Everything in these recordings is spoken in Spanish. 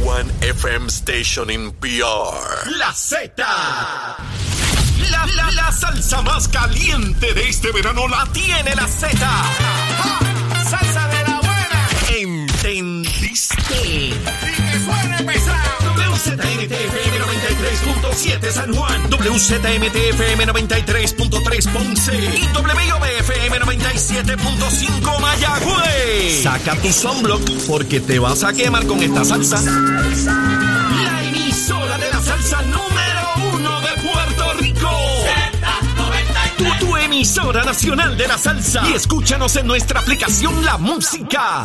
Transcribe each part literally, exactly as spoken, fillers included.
one F M station in P R. La Z. La, la, la salsa más caliente de este verano la tiene la Z. ¡Ja! Salsa de la buena. ¿Entendiste? Y que suene pesado. W Z M T F M noventa y tres punto siete San Juan, W Z M T F M noventa y tres punto tres Ponce y W I O B F M noventa y siete punto cinco Mayagüez. Saca tu sunblock porque te vas a quemar con esta salsa. Salsa. La emisora de la salsa número uno de Puerto Rico. Z noventa y tres. Tu, tu emisora nacional de la salsa. Y escúchanos en nuestra aplicación La Música.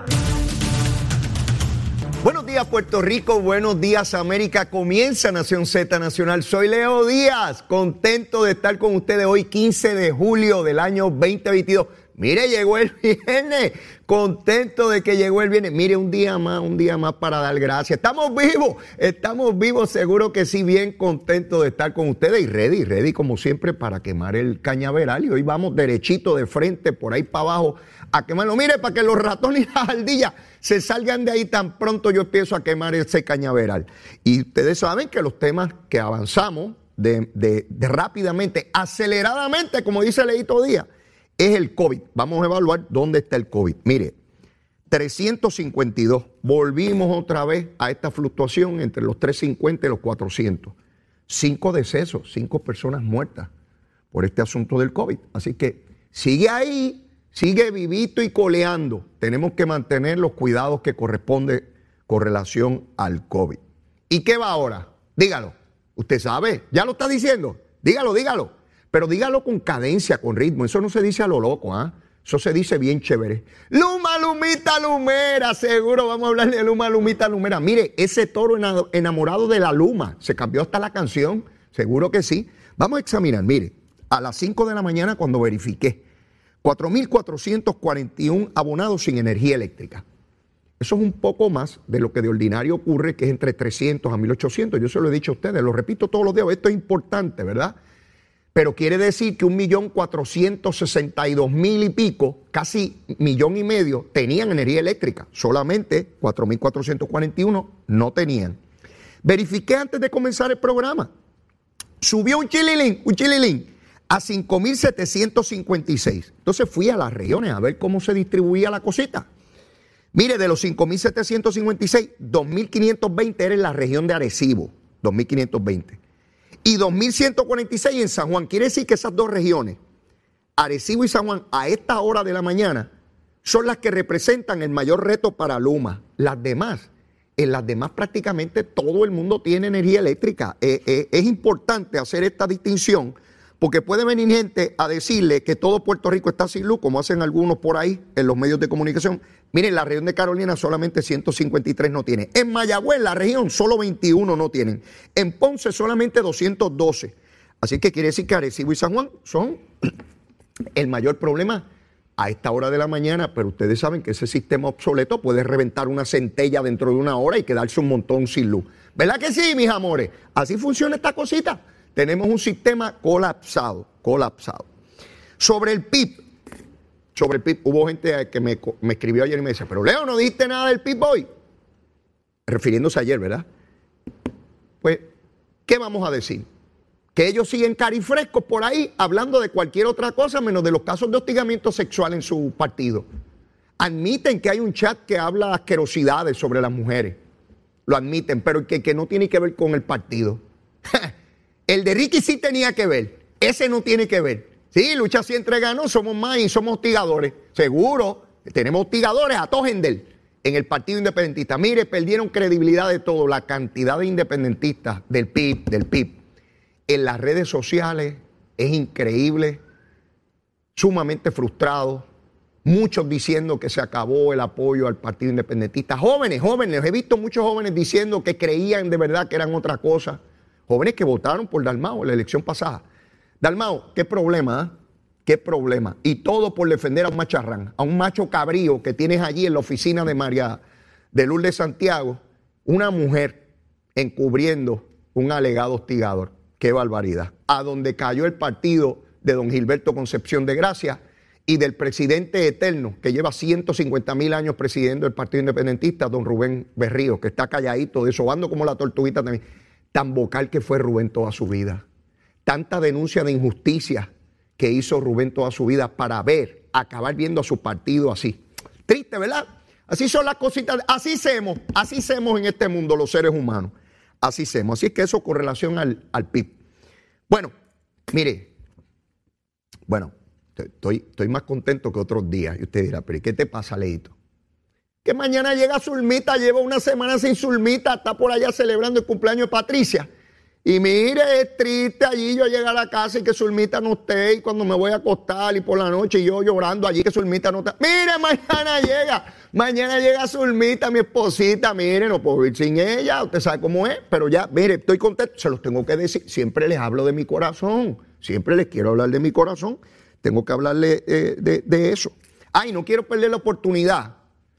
Buenos días, Puerto Rico. Buenos días, América. Comienza Nación Z Nacional. Soy Leo Díaz. Contento de estar con ustedes hoy, quince de julio del año veinte veintidós. Mire, llegó el viernes. Contento de que llegó el viernes. Mire, un día más, un día más para dar gracias. Estamos vivos, estamos vivos, seguro que sí, bien contento de estar con ustedes y ready, ready como siempre para quemar el cañaveral. Y hoy vamos derechito de frente, por ahí para abajo, a quemarlo. Mire, para que los ratones y las ardillas se salgan de ahí tan pronto yo empiezo a quemar ese cañaveral. Y ustedes saben que los temas que avanzamos de, de, de rápidamente, aceleradamente, como dice Leito Díaz, es el COVID. Vamos a evaluar dónde está el COVID. Mire, trescientos cincuenta y dos. Volvimos otra vez a esta fluctuación entre los trescientos cincuenta y los cuatrocientos. Cinco decesos, cinco personas muertas por este asunto del COVID. Así que sigue ahí, sigue vivito y coleando. Tenemos que mantener los cuidados que corresponden con relación al COVID. ¿Y qué va ahora? Dígalo. Usted sabe, ya lo está diciendo. Dígalo, dígalo. Pero dígalo con cadencia, con ritmo. Eso no se dice a lo loco, ¿ah? ¿eh? Eso se dice bien chévere. Luma, Lumita, Lumera. Seguro vamos a hablarle de Luma, Lumita, Lumera. Mire, ese toro enamorado de la Luma. Se cambió hasta la canción. Seguro que sí. Vamos a examinar. Mire, a las cinco de la mañana cuando verifiqué, cuatro mil cuatrocientos cuarenta y uno abonados sin energía eléctrica. Eso es un poco más de lo que de ordinario ocurre, que es entre trescientos a mil ochocientos. Yo se lo he dicho a ustedes, lo repito todos los días. Esto es importante, ¿verdad? Pero quiere decir que un millón cuatrocientos sesenta y dos mil y pico, casi millón y medio, tenían energía eléctrica. Solamente cuatro mil cuatrocientos cuarenta y uno no tenían. Verifiqué antes de comenzar el programa. Subió un chililín, un chililín, a cinco mil setecientos cincuenta y seis. Entonces fui a las regiones a ver cómo se distribuía la cosita. Mire, de los cinco mil setecientos cincuenta y seis, dos mil quinientos veinte era en la región de Arecibo. dos mil quinientos veinte. Y dos mil ciento cuarenta y seis en San Juan. Quiere decir que esas dos regiones, Arecibo y San Juan, a esta hora de la mañana, son las que representan el mayor reto para Luma. Las demás, en las demás prácticamente todo el mundo tiene energía eléctrica. Eh, eh, es importante hacer esta distinción porque puede venir gente a decirle que todo Puerto Rico está sin luz, como hacen algunos por ahí en los medios de comunicación. Miren, la región de Carolina solamente ciento cincuenta y tres no tiene. En Mayagüez, la región, solo veintiuno no tienen. En Ponce, solamente doscientos doce. Así que quiere decir que Arecibo y San Juan son el mayor problema a esta hora de la mañana. Pero ustedes saben que ese sistema obsoleto puede reventar una centella dentro de una hora y quedarse un montón sin luz. ¿Verdad que sí, mis amores? Así funciona esta cosita. Tenemos un sistema colapsado, colapsado. Sobre el P I B. Sobre el P I B, hubo gente que me, me escribió ayer y me decía, pero Leo, ¿no dijiste nada del P I B hoy? Refiriéndose ayer, ¿verdad? Pues, ¿qué vamos a decir? Que ellos siguen carifrescos por ahí hablando de cualquier otra cosa menos de los casos de hostigamiento sexual en su partido. Admiten que hay un chat que habla asquerosidades sobre las mujeres. Lo admiten, pero que, que no tiene que ver con el partido. El de Ricky sí tenía que ver. Ese no tiene que ver. Sí, lucha siempre ganó, somos más y somos hostigadores. Seguro, tenemos hostigadores a Tojendel en el Partido Independentista. Mire, perdieron credibilidad de todo. La cantidad de independentistas del P I B, del P I B, en las redes sociales es increíble, sumamente frustrados. Muchos diciendo que se acabó el apoyo al Partido Independentista. Jóvenes, jóvenes, he visto muchos jóvenes diciendo que creían de verdad que eran otra cosa. Jóvenes que votaron por Dalmau en la elección pasada. Dalmau, qué problema, ¿eh? Qué problema. Y todo por defender a un macharrán, a un macho cabrío que tienes allí en la oficina de María de Lourdes Santiago, una mujer encubriendo un alegado hostigador. Qué barbaridad. A donde cayó el partido de don Gilberto Concepción de Gracia y del presidente eterno que lleva ciento cincuenta mil años presidiendo el Partido Independentista, don Rubén Berrío, que está calladito, desobando como la tortuguita también. Tan vocal que fue Rubén toda su vida. Tanta denuncia de injusticia que hizo Rubén toda su vida para ver, acabar viendo a su partido así. Triste, ¿verdad? Así son las cositas, así somos, así somos en este mundo los seres humanos. Así somos. Así es que eso con relación al, al P I B. Bueno, mire, bueno, estoy, estoy más contento que otros días. Y usted dirá, pero ¿y qué te pasa, Leito? Que mañana llega Zulmita, lleva una semana sin Zulmita, está por allá celebrando el cumpleaños de Patricia. Y mire, es triste allí yo llegar a la casa y que Zulmita no esté, y cuando me voy a acostar y por la noche y yo llorando allí que Zulmita no está. Mire, mañana llega, mañana llega Zulmita, mi esposita, mire, no puedo ir sin ella, usted sabe cómo es, pero ya, mire, estoy contento, se los tengo que decir, siempre les hablo de mi corazón, siempre les quiero hablar de mi corazón, tengo que hablarle eh, de, de eso. Ay, no quiero perder la oportunidad.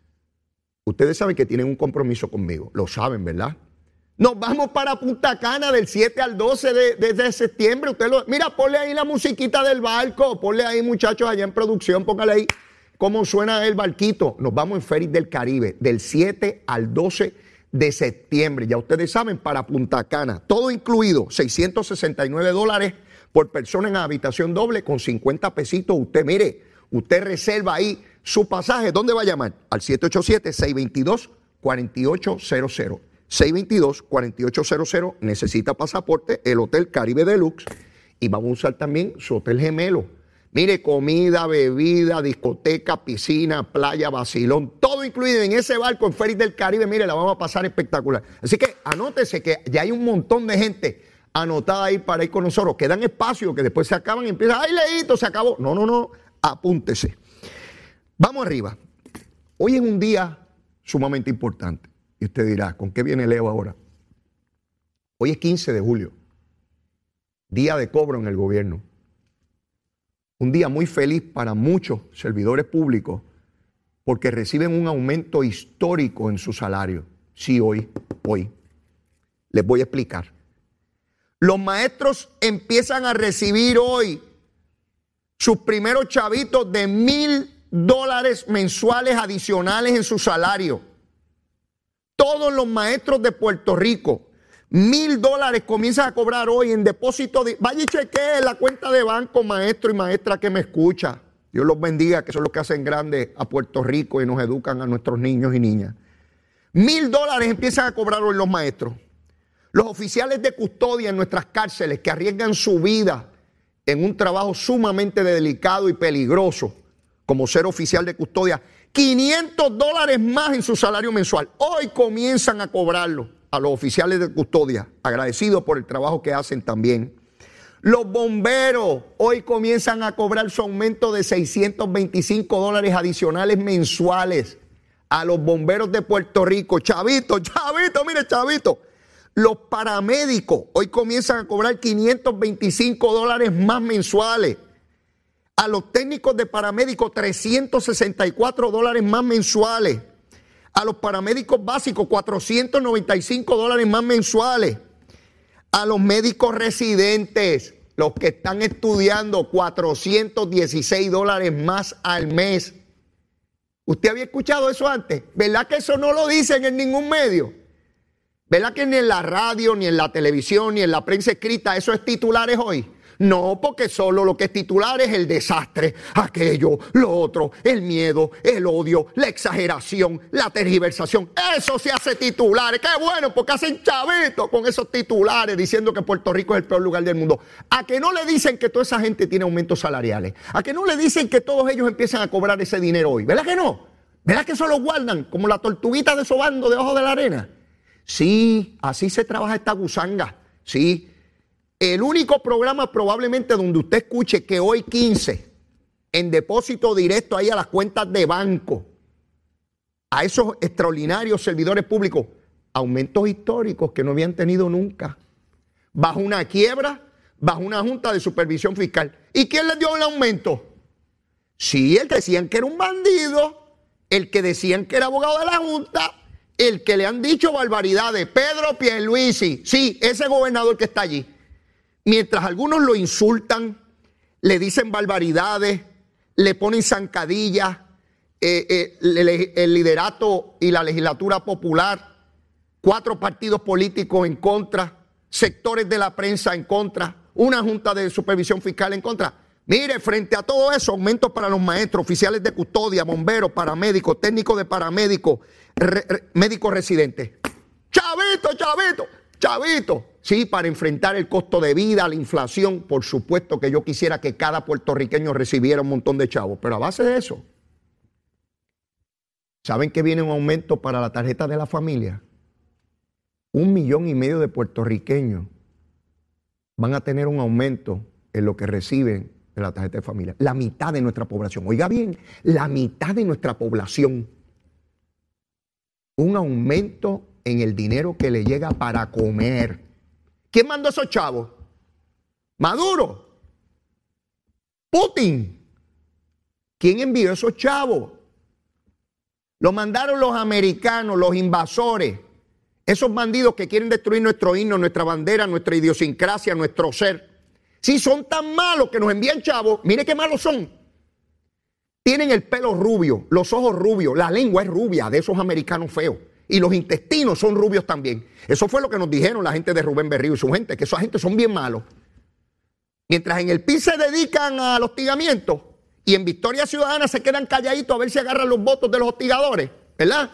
Ustedes saben que tienen un compromiso conmigo, lo saben, ¿verdad? Nos vamos para Punta Cana del siete al doce de, de, de septiembre. Usted lo, mira, ponle ahí la musiquita del barco. Ponle ahí, muchachos, allá en producción. Póngale ahí cómo suena el barquito. Nos vamos en Ferries del Caribe del siete al doce de septiembre. Ya ustedes saben, para Punta Cana. Todo incluido, seiscientos sesenta y nueve dólares por persona en habitación doble con cincuenta pesitos. Usted, mire, usted reserva ahí su pasaje. ¿Dónde va a llamar? Al siete ocho siete, seis dos dos, cuatro ocho cero cero. seis dos dos, cuatro ocho cero cero, necesita pasaporte, el Hotel Caribe Deluxe, y vamos a usar también su hotel gemelo. Mire, comida, bebida, discoteca, piscina, playa, vacilón, todo incluido en ese barco en Ferries del Caribe. Mire, la vamos a pasar espectacular. Así que anótese que ya hay un montón de gente anotada ahí para ir con nosotros. Quedan espacios que después se acaban y empiezan, ¡ay, Leito, se acabó! No, no, no, apúntese. Vamos arriba. Hoy es un día sumamente importante. Y usted dirá, ¿con qué viene Leo ahora? Hoy es quince de julio, día de cobro en el gobierno. Un día muy feliz para muchos servidores públicos porque reciben un aumento histórico en su salario. Sí, hoy, hoy. Les voy a explicar. Los maestros empiezan a recibir hoy sus primeros chavitos de mil dólares mensuales adicionales en su salario. Todos los maestros de Puerto Rico, mil dólares comienzan a cobrar hoy en depósito. De, vaya y chequee la cuenta de banco, maestro y maestra que me escucha. Dios los bendiga, que son los que hacen grande a Puerto Rico y nos educan a nuestros niños y niñas. Mil dólares empiezan a cobrar hoy los maestros. Los oficiales de custodia en nuestras cárceles que arriesgan su vida en un trabajo sumamente delicado y peligroso, como ser oficial de custodia, quinientos dólares más en su salario mensual. Hoy comienzan a cobrarlo a los oficiales de custodia, agradecidos por el trabajo que hacen también. Los bomberos hoy comienzan a cobrar su aumento de seiscientos veinticinco dólares adicionales mensuales a los bomberos de Puerto Rico. Chavito, chavito, mire, chavito. Los paramédicos hoy comienzan a cobrar quinientos veinticinco dólares más mensuales. A los técnicos de paramédicos, trescientos sesenta y cuatro dólares más mensuales. A los paramédicos básicos, cuatrocientos noventa y cinco dólares más mensuales. A los médicos residentes, los que están estudiando, cuatrocientos dieciséis dólares más al mes. ¿Usted había escuchado eso antes? ¿Verdad que eso no lo dicen en ningún medio? ¿Verdad que ni en la radio, ni en la televisión, ni en la prensa escrita eso es titulares hoy? No, porque solo lo que es titular es el desastre, aquello, lo otro, el miedo, el odio, la exageración, la tergiversación. Eso se hace titulares. ¡Qué bueno! Porque hacen chavitos con esos titulares diciendo que Puerto Rico es el peor lugar del mundo. ¿A que no le dicen que toda esa gente tiene aumentos salariales? ¿A que no le dicen que todos ellos empiezan a cobrar ese dinero hoy? ¿Verdad que no? ¿Verdad que eso lo guardan como la tortuguita desobando debajo de la arena? Sí, así se trabaja esta gusanga. Sí. El único programa probablemente donde usted escuche que hoy quince, en depósito directo ahí a las cuentas de banco, a esos extraordinarios servidores públicos, aumentos históricos que no habían tenido nunca, bajo una quiebra, bajo una junta de supervisión fiscal. ¿Y quién les dio el aumento? Sí, el que decían que era un bandido, el que decían que era abogado de la junta, el que le han dicho barbaridades, Pedro Pierluisi, sí, ese gobernador que está allí. Mientras algunos lo insultan, le dicen barbaridades, le ponen zancadillas, eh, eh, el, el liderato y la legislatura popular, cuatro partidos políticos en contra, sectores de la prensa en contra, una junta de supervisión fiscal en contra. Mire, frente a todo eso, aumentos para los maestros, oficiales de custodia, bomberos, paramédicos, técnicos de paramédicos, re, re, médicos residentes. Chavito, chavito, chavito. Sí, para enfrentar el costo de vida, la inflación. Por supuesto que yo quisiera que cada puertorriqueño recibiera un montón de chavos, pero a base de eso, ¿saben que viene un aumento para la tarjeta de la familia? Un millón y medio de puertorriqueños van a tener un aumento en lo que reciben de la tarjeta de familia. La mitad de nuestra población. Oiga bien, la mitad de nuestra población. Un aumento en el dinero que le llega para comer. ¿Quién mandó esos chavos? Maduro. Putin. ¿Quién envió esos chavos? Lo mandaron los americanos, los invasores. Esos bandidos que quieren destruir nuestro himno, nuestra bandera, nuestra idiosincrasia, nuestro ser. Si son tan malos que nos envían chavos, mire qué malos son. Tienen el pelo rubio, los ojos rubios, la lengua es rubia de esos americanos feos. Y los intestinos son rubios también. Eso fue lo que nos dijeron la gente de Rubén Berrío y su gente, que esa gente son bien malos. Mientras en el P I se dedican al hostigamiento y en Victoria Ciudadana se quedan calladitos a ver si agarran los votos de los hostigadores, ¿verdad?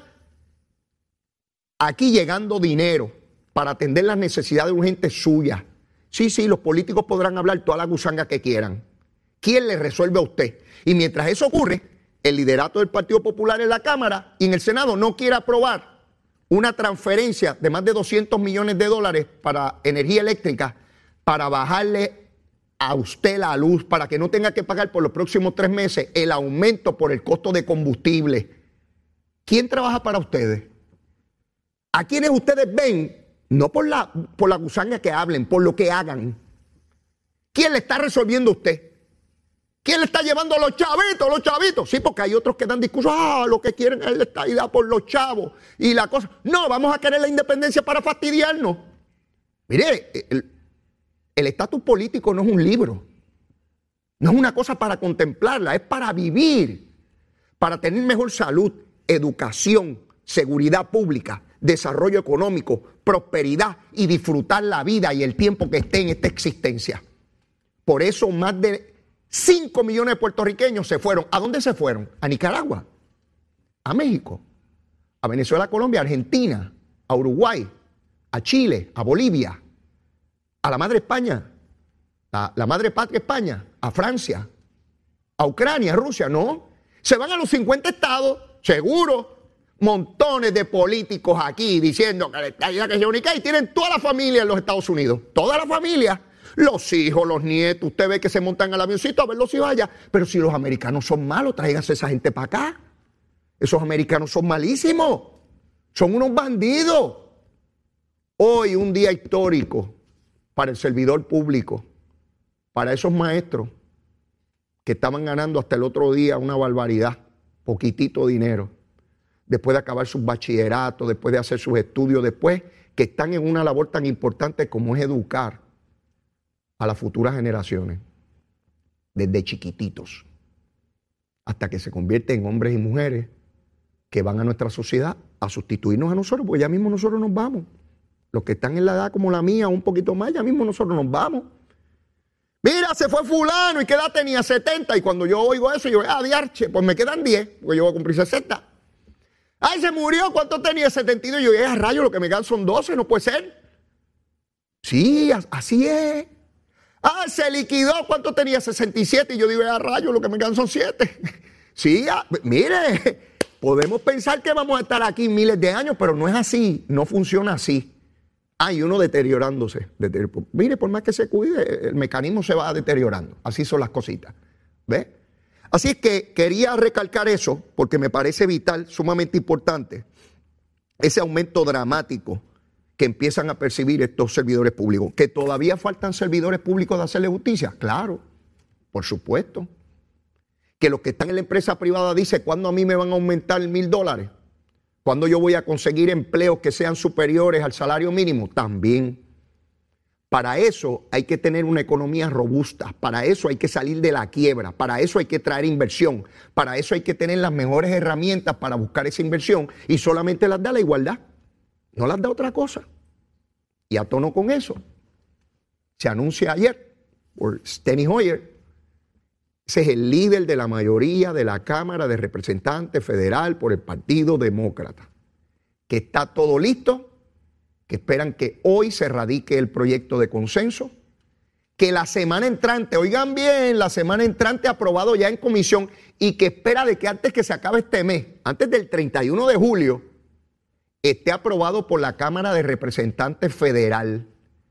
Aquí llegando dinero para atender las necesidades urgentes suyas. Sí, sí, los políticos podrán hablar toda la gusanga que quieran. ¿Quién le resuelve a usted? Y mientras eso ocurre, el liderato del Partido Popular en la Cámara y en el Senado no quiere aprobar una transferencia de más de doscientos millones de dólares para energía eléctrica para bajarle a usted la luz, para que no tenga que pagar por los próximos tres meses el aumento por el costo de combustible. ¿Quién trabaja para ustedes? ¿A quienes ustedes ven? No por la, por la gusanga que hablen, por lo que hagan. ¿Quién le está resolviendo a usted? ¿Quién le está llevando a los chavitos, los chavitos? Sí, porque hay otros que dan discursos, ah, lo que quieren es la estadidad por los chavos y la cosa. No, vamos a querer la independencia para fastidiarnos. Mire, el, el estatus político no es un libro. No es una cosa para contemplarla, es para vivir, para tener mejor salud, educación, seguridad pública, desarrollo económico, prosperidad y disfrutar la vida y el tiempo que esté en esta existencia. Por eso más de cinco millones de puertorriqueños se fueron. ¿A dónde se fueron? A Nicaragua, a México, a Venezuela, a Colombia, a Argentina, a Uruguay, a Chile, a Bolivia, a la madre España, a la madre patria España, a Francia, a Ucrania, a Rusia. No, se van a los cincuenta estados, seguro. Montones de políticos aquí diciendo que la estadidad que se única y tienen toda la familia en los Estados Unidos. Toda la familia. Los hijos, los nietos. Usted ve que se montan al avioncito a verlos si vaya. Pero si los americanos son malos, tráiganse esa gente para acá. Esos americanos son malísimos. Son unos bandidos. Hoy un día histórico para el servidor público, para esos maestros que estaban ganando hasta el otro día una barbaridad, poquitito dinero, después de acabar sus bachilleratos, después de hacer sus estudios, después que están en una labor tan importante como es educar a las futuras generaciones, desde chiquititos, hasta que se convierten en hombres y mujeres que van a nuestra sociedad a sustituirnos a nosotros, porque ya mismo nosotros nos vamos. Los que están en la edad como la mía, un poquito más, ya mismo nosotros nos vamos. Mira, se fue fulano, ¿y qué edad tenía? setenta, y cuando yo oigo eso, yo, ah, diarche, pues me quedan diez, porque yo voy a cumplir sesenta. Ay, se murió, ¿cuánto tenía? setenta y dos. Y yo, a rayo, lo que me quedan son doce, no puede ser. Sí, así es. Ah, se liquidó, ¿cuánto tenía? sesenta y siete. Y yo digo, a rayo, lo que me quedan son siete. Sí, ah, mire, podemos pensar que vamos a estar aquí miles de años, pero no es así, no funciona así. Hay uno deteriorándose. Mire, por más que se cuide, el mecanismo se va deteriorando. Así son las cositas. ¿Ve? Así es que quería recalcar eso porque me parece vital, sumamente importante, ese aumento dramático que empiezan a percibir estos servidores públicos. ¿Que todavía faltan servidores públicos de hacerle justicia? Claro, por supuesto. Que los que están en la empresa privada dicen, ¿cuándo a mí me van a aumentar mil dólares? ¿Cuándo yo voy a conseguir empleos que sean superiores al salario mínimo? También. Para eso hay que tener una economía robusta, para eso hay que salir de la quiebra, para eso hay que traer inversión, para eso hay que tener las mejores herramientas para buscar esa inversión y solamente las da la igualdad, no las da otra cosa. Y a tono con eso, se anuncia ayer por Steny Hoyer, ese es el líder de la mayoría de la Cámara de Representantes Federal por el Partido Demócrata, que está todo listo, que esperan que hoy se radique el proyecto de consenso, que la semana entrante, oigan bien, la semana entrante aprobado ya en comisión y que espera de que antes que se acabe este mes, antes del treinta y uno de julio, esté aprobado por la Cámara de Representantes Federal.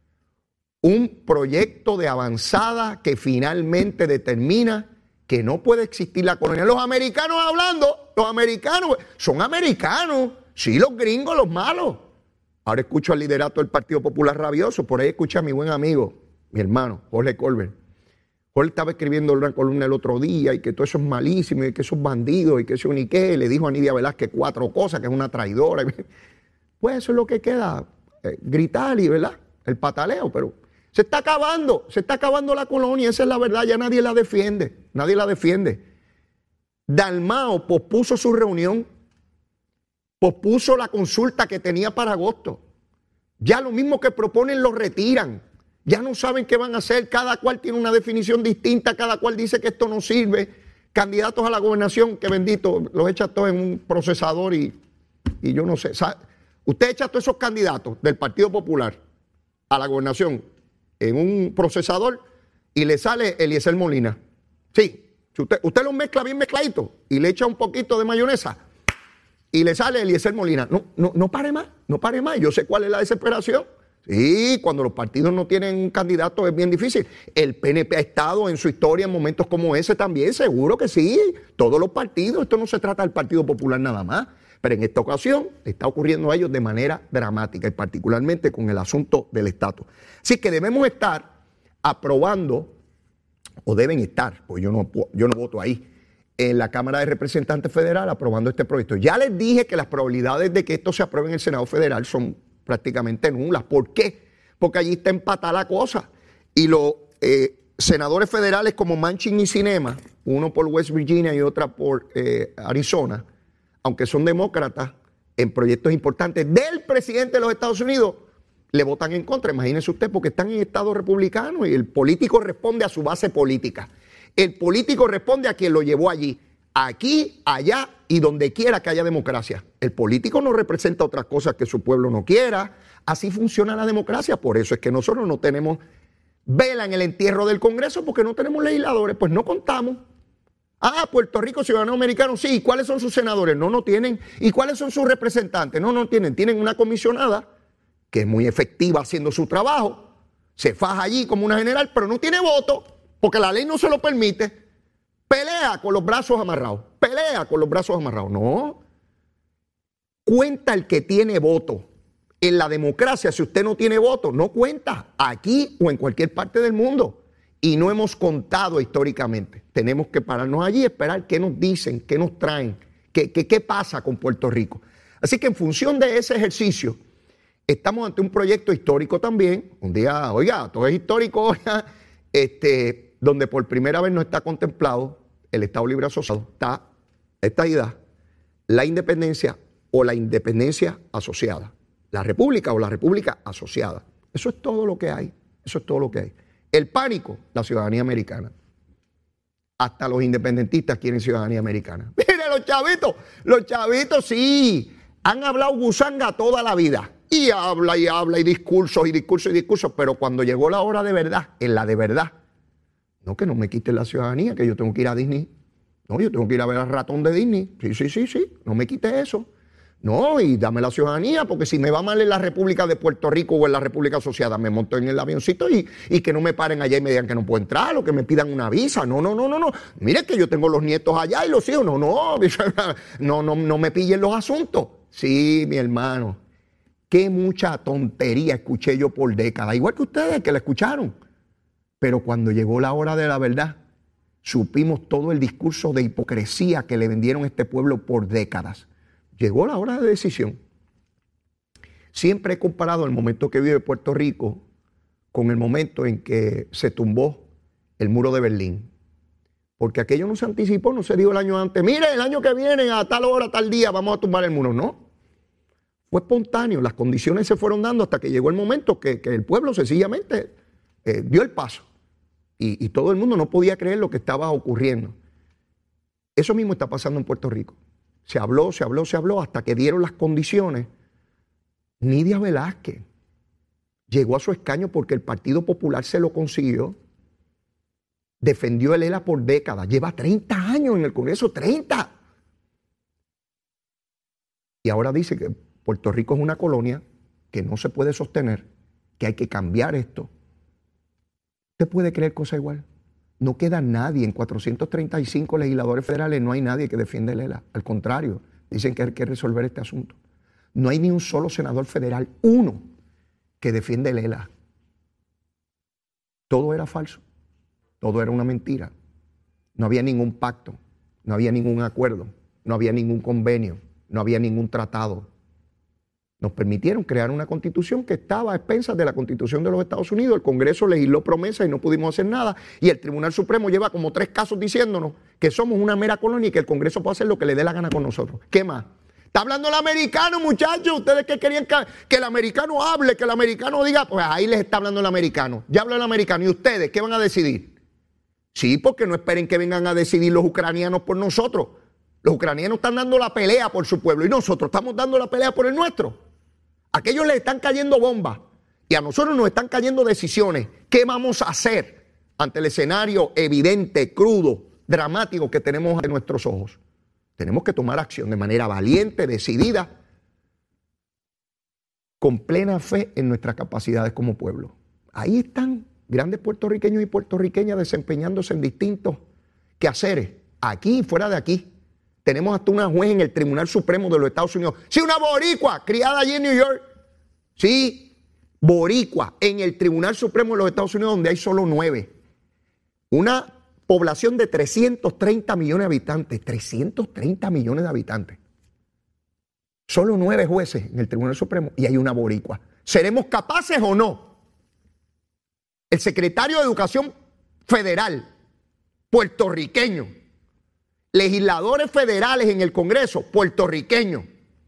Un proyecto de avanzada que finalmente determina que no puede existir la colonia. Los americanos hablando, los americanos, son americanos, sí, los gringos, los malos. Ahora escucho al liderato del Partido Popular rabioso, por ahí escucha a mi buen amigo, mi hermano, Jorge Colbert. Jorge estaba escribiendo una columna el otro día y que todo eso es malísimo y que eso es bandido y que eso ni qué. Le dijo a Nidia Velázquez cuatro cosas, que es una traidora. Pues eso es lo que queda, eh, gritar y, ¿verdad? El pataleo, pero se está acabando, se está acabando la colonia, esa es la verdad, ya nadie la defiende, nadie la defiende. Dalmau pospuso su reunión, pospuso la consulta que tenía para agosto. Ya lo mismo que proponen lo retiran. Ya no saben qué van a hacer. Cada cual tiene una definición distinta. Cada cual dice que esto no sirve. Candidatos a la gobernación, que bendito, los echa todos en un procesador y, y yo no sé. ¿Sabe? Usted echa todos esos candidatos del Partido Popular a la gobernación en un procesador y le sale Eliezer Molina. Sí, si usted, usted los mezcla bien mezcladito y le echa un poquito de mayonesa y le sale Eliezer Molina. No, no, no pare más, no pare más. Yo sé cuál es la desesperación. Sí, cuando los partidos no tienen un candidato es bien difícil. El P N P ha estado en su historia en momentos como ese también, seguro que sí. Todos los partidos, esto no se trata del Partido Popular nada más. Pero en esta ocasión está ocurriendo a ellos de manera dramática y particularmente con el asunto del estatus. Así que debemos estar aprobando, o deben estar, pues yo no, yo no voto ahí, en la Cámara de Representantes Federal aprobando este proyecto. Ya les dije que las probabilidades de que esto se apruebe en el Senado Federal son prácticamente nulas. ¿Por qué? Porque allí está empatada la cosa. Y los eh, senadores federales como Manchin y Sinema, uno por West Virginia y otra por eh, Arizona, aunque son demócratas en proyectos importantes del presidente de los Estados Unidos, le votan en contra. Imagínense usted, porque están en estados republicanos y el político responde a su base política. El político responde a quien lo llevó allí, aquí, allá y donde quiera que haya democracia. El político no representa otras cosas que su pueblo no quiera. Así funciona la democracia. Por eso es que nosotros no tenemos vela en el entierro del Congreso, porque no tenemos legisladores, pues no contamos. Ah, Puerto Rico, ciudadano americano, sí. ¿Y cuáles son sus senadores? No, no tienen. ¿Y cuáles son sus representantes? No, no tienen. Tienen una comisionada que es muy efectiva haciendo su trabajo. Se faja allí como una general, pero no tiene voto, porque la ley no se lo permite. Pelea con los brazos amarrados. Pelea con los brazos amarrados. No. Cuenta el que tiene voto. En la democracia, si usted no tiene voto, no cuenta. Aquí o en cualquier parte del mundo. Y no hemos contado históricamente. Tenemos que pararnos allí y esperar qué nos dicen, qué nos traen, qué, qué, qué pasa con Puerto Rico. Así que en función de ese ejercicio, estamos ante un proyecto histórico también. Un día, oiga, todo es histórico, oiga, este, donde por primera vez no está contemplado el Estado Libre Asociado, está esta idea, la independencia o la independencia asociada. La república o la república asociada. Eso es todo lo que hay. Eso es todo lo que hay. El pánico, la ciudadanía americana. Hasta los independentistas quieren ciudadanía americana. Mire, los chavitos, los chavitos sí, han hablado gusanga toda la vida. Y habla y habla y discursos y discursos y discursos. Pero cuando llegó la hora de verdad, en la de verdad, no, que no me quiten la ciudadanía, que yo tengo que ir a Disney. No, yo tengo que ir a ver al ratón de Disney. Sí, sí, sí, sí, no me quite eso. No, y dame la ciudadanía, porque si me va mal en la República de Puerto Rico o en la República Asociada, me monto en el avioncito y, y que no me paren allá y me digan que no puedo entrar o que me pidan una visa. No, no, no, no, no. Mire que yo tengo los nietos allá y los hijos. No, no, no, no, no me pillen los asuntos. Sí, mi hermano. Qué mucha tontería escuché yo por décadas. Igual que ustedes que la escucharon. Pero cuando llegó la hora de la verdad, supimos todo el discurso de hipocresía que le vendieron a este pueblo por décadas. Llegó la hora de decisión. Siempre he comparado el momento que vive Puerto Rico con el momento en que se tumbó el muro de Berlín. Porque aquello no se anticipó, no se dijo el año antes. Mire, el año que viene, a tal hora, tal día, vamos a tumbar el muro. No. Fue espontáneo. Las condiciones se fueron dando hasta que llegó el momento que, que el pueblo sencillamente eh, dio el paso. Y, y todo el mundo no podía creer lo que estaba ocurriendo. Eso mismo está pasando en Puerto Rico. Se habló, se habló, se habló, hasta que dieron las condiciones. Nidia Velázquez llegó a su escaño porque el Partido Popular se lo consiguió. Defendió el E L A por décadas. Lleva treinta años en el Congreso, treinta. Y ahora dice que Puerto Rico es una colonia que no se puede sostener, que hay que cambiar esto. ¿Usted puede creer cosa igual? No queda nadie. En cuatrocientos treinta y cinco legisladores federales no hay nadie que defienda el E L A. Al contrario, dicen que hay que resolver este asunto. No hay ni un solo senador federal, uno, que defiende el E L A. Todo era falso. Todo era una mentira. No había ningún pacto, no había ningún acuerdo, no había ningún convenio, no había ningún tratado. Nos permitieron crear una constitución que estaba a expensas de la Constitución de los Estados Unidos. El Congreso legisló promesas y no pudimos hacer nada. Y el Tribunal Supremo lleva como tres casos diciéndonos que somos una mera colonia y que el Congreso puede hacer lo que le dé la gana con nosotros. ¿Qué más? Está hablando el americano, muchachos. Ustedes que querían que, que el americano hable, que el americano diga, pues ahí les está hablando el americano. Ya habla el americano. ¿Y ustedes qué van a decidir? Sí, porque no esperen que vengan a decidir los ucranianos por nosotros. Los ucranianos están dando la pelea por su pueblo y nosotros estamos dando la pelea por el nuestro. A aquellos les están cayendo bombas y a nosotros nos están cayendo decisiones. ¿Qué vamos a hacer ante el escenario evidente, crudo, dramático que tenemos ante nuestros ojos? Tenemos que tomar acción de manera valiente, decidida, con plena fe en nuestras capacidades como pueblo. Ahí están grandes puertorriqueños y puertorriqueñas desempeñándose en distintos quehaceres, aquí y fuera de aquí. Tenemos hasta una juez en el Tribunal Supremo de los Estados Unidos. Sí, una boricua, criada allí en New York. Sí, boricua, en el Tribunal Supremo de los Estados Unidos, donde hay solo nueve. Una población de trescientos treinta millones de habitantes. trescientos treinta millones de habitantes. Solo nueve jueces en el Tribunal Supremo y hay una boricua. ¿Seremos capaces o no? El secretario de Educación Federal, puertorriqueño. Legisladores federales en el Congreso, puertorriqueños.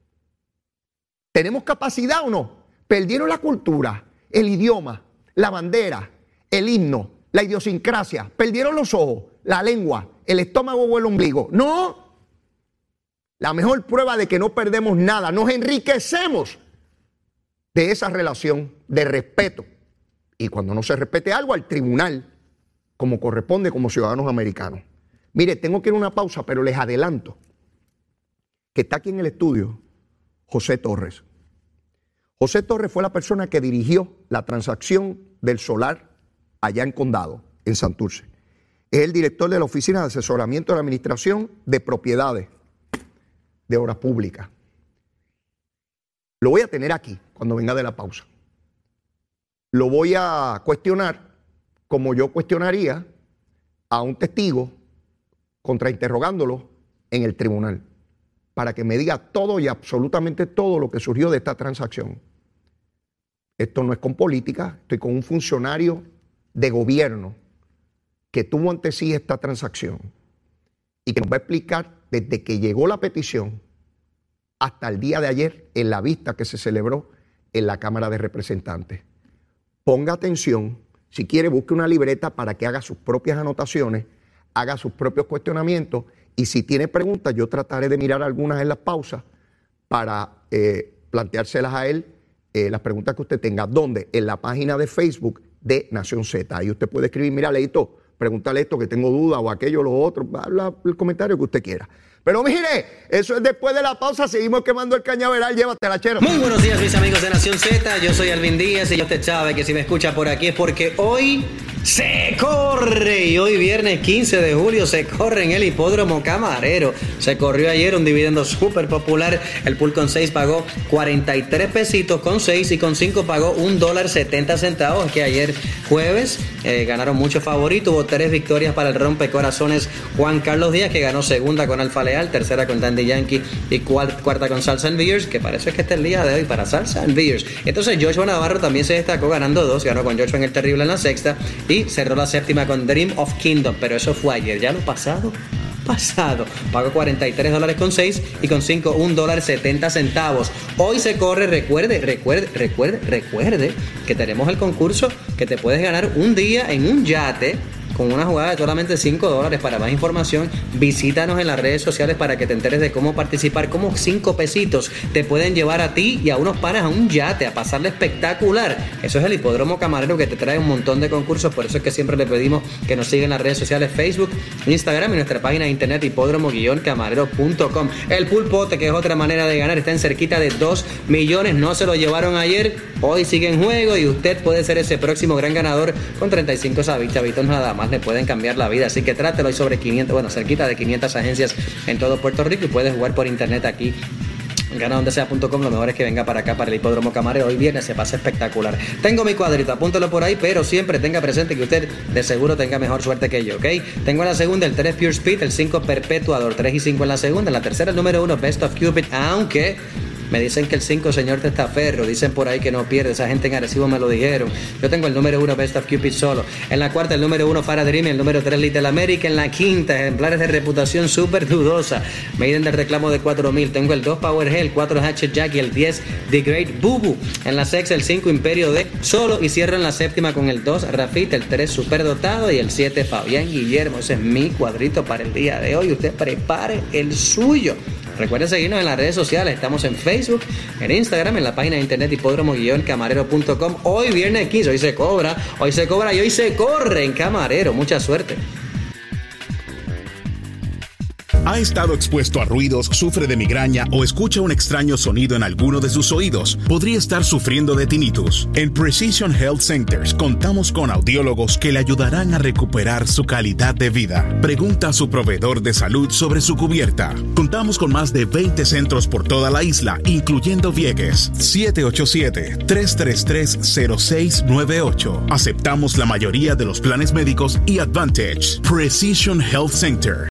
¿Tenemos capacidad o no? Perdieron la cultura, el idioma, la bandera, el himno, la idiosincrasia. Perdieron los ojos, la lengua, el estómago o el ombligo. No. La mejor prueba de que no perdemos nada, nos enriquecemos de esa relación de respeto. Y cuando no se respete algo, al tribunal, como corresponde como ciudadanos americanos. Mire, tengo que ir a una pausa, pero les adelanto que está aquí en el estudio José Torres. José Torres fue la persona que dirigió la transacción del solar allá en Condado, en Santurce. Es el director de la Oficina de Asesoramiento de la Administración de Propiedades de Obras Públicas. Lo voy a tener aquí cuando venga de la pausa. Lo voy a cuestionar como yo cuestionaría a un testigo contrainterrogándolo en el tribunal, para que me diga todo y absolutamente todo lo que surgió de esta transacción. Esto no es con política, estoy con un funcionario de gobierno que tuvo ante sí esta transacción y que nos va a explicar desde que llegó la petición hasta el día de ayer en la vista que se celebró en la Cámara de Representantes. Ponga atención, si quiere busque una libreta para que haga sus propias anotaciones, haga sus propios cuestionamientos y si tiene preguntas yo trataré de mirar algunas en las pausas para eh, planteárselas a él, eh, las preguntas que usted tenga. ¿Dónde? En la página de Facebook de Nación Z. Ahí usted puede escribir, mira, Leito, pregúntale esto que tengo duda o aquello o lo otro, habla el comentario que usted quiera. Pero mire, eso es después de la pausa, seguimos quemando el cañaveral, llévatela, chero. Muy buenos días, mis amigos de Nación Z, yo soy Alvin Díaz y usted sabe que si me escucha por aquí es porque hoy Se corre y hoy viernes quince de julio se corre en el Hipódromo Camarero. Se corrió ayer un dividendo súper popular. El pool con seis pagó cuarenta y tres pesitos con seis y con cinco pagó un dólar setenta centavos. Que ayer jueves eh, ganaron muchos favoritos. Hubo tres victorias para el rompecorazones Juan Carlos Díaz, que ganó segunda con Alfa Leal, tercera con Dandy Yankee y cuarta con Salsa and Beers, que parece que este es el día de hoy para Salsa and Beers. Entonces Joshua Navarro también se destacó ganando dos, ganó con Joshua en el Terrible en la sexta y cerró la séptima con Dream of Kingdom, pero eso fue ayer. Ya lo pasado, pasado. Pagó cuarenta y tres dólares con seis y con cinco, un dólar setenta centavos. Hoy se corre, recuerde, recuerde, recuerde, recuerde que tenemos el concurso que te puedes ganar un día en un yate con una jugada de solamente cinco dólares. Para más información, visítanos en las redes sociales para que te enteres de cómo participar. Como cinco pesitos te pueden llevar a ti y a unos panas a un yate, a pasarle espectacular. Eso es el Hipódromo Camarero, que te trae un montón de concursos. Por eso es que siempre le pedimos que nos sigan en las redes sociales, Facebook, Instagram y nuestra página de internet hipódromo camarero punto com. El pulpote, que es otra manera de ganar, está en cerquita de dos millones. No se lo llevaron ayer, hoy sigue en juego y usted puede ser ese próximo gran ganador con treinta y cinco chavitos nada más. Le pueden cambiar la vida, así que trátelo. Hay sobre quinientas, bueno, cerquita de quinientas agencias en todo Puerto Rico y puedes jugar por internet aquí gana donde sea punto com. Lo mejor es que venga para acá, para el Hipódromo Camarero. Hoy viene, se pasa espectacular. Tengo mi cuadrito, apúntalo por ahí, pero siempre tenga presente que usted de seguro tenga mejor suerte que yo, ¿ok? Tengo en la segunda el tres Pure Speed, el cinco Perpetuador, tres y cinco en la segunda. En la tercera el número uno Best of Cupid, aunque me dicen que el cinco Señor Testaferro, dicen por ahí que no pierde, esa gente en Arecibo me lo dijeron. Yo tengo el número uno Best of Cupid solo. En la cuarta el número uno Farah Dream, el número tres Little America. En la quinta, ejemplares de reputación súper dudosa, Maiden del reclamo de cuatro mil. Tengo el dos Power G, el cuatro Hatchet Jack y el diez The Great Bubu. En la sexta el cinco Imperio de solo y cierro en la séptima con el dos Rafita, el tres Superdotado y el siete Fabián Guillermo. Ese es mi cuadrito para el día de hoy. Usted prepare el suyo. Recuerden seguirnos en las redes sociales. Estamos en Facebook, en Instagram, en la página de internet hipódromo camarero punto com. Hoy viernes quince, hoy se cobra, hoy se cobra y hoy se corre en Camarero. Mucha suerte. ¿Ha estado expuesto a ruidos, sufre de migraña o escucha un extraño sonido en alguno de sus oídos? Podría estar sufriendo de tinnitus. En Precision Health Centers contamos con audiólogos que le ayudarán a recuperar su calidad de vida. Pregunta a su proveedor de salud sobre su cubierta. Contamos con más de veinte centros por toda la isla, incluyendo Vieques. siete ocho siete, tres tres tres, cero seis nueve ocho. Aceptamos la mayoría de los planes médicos y Advantage. Precision Health Center.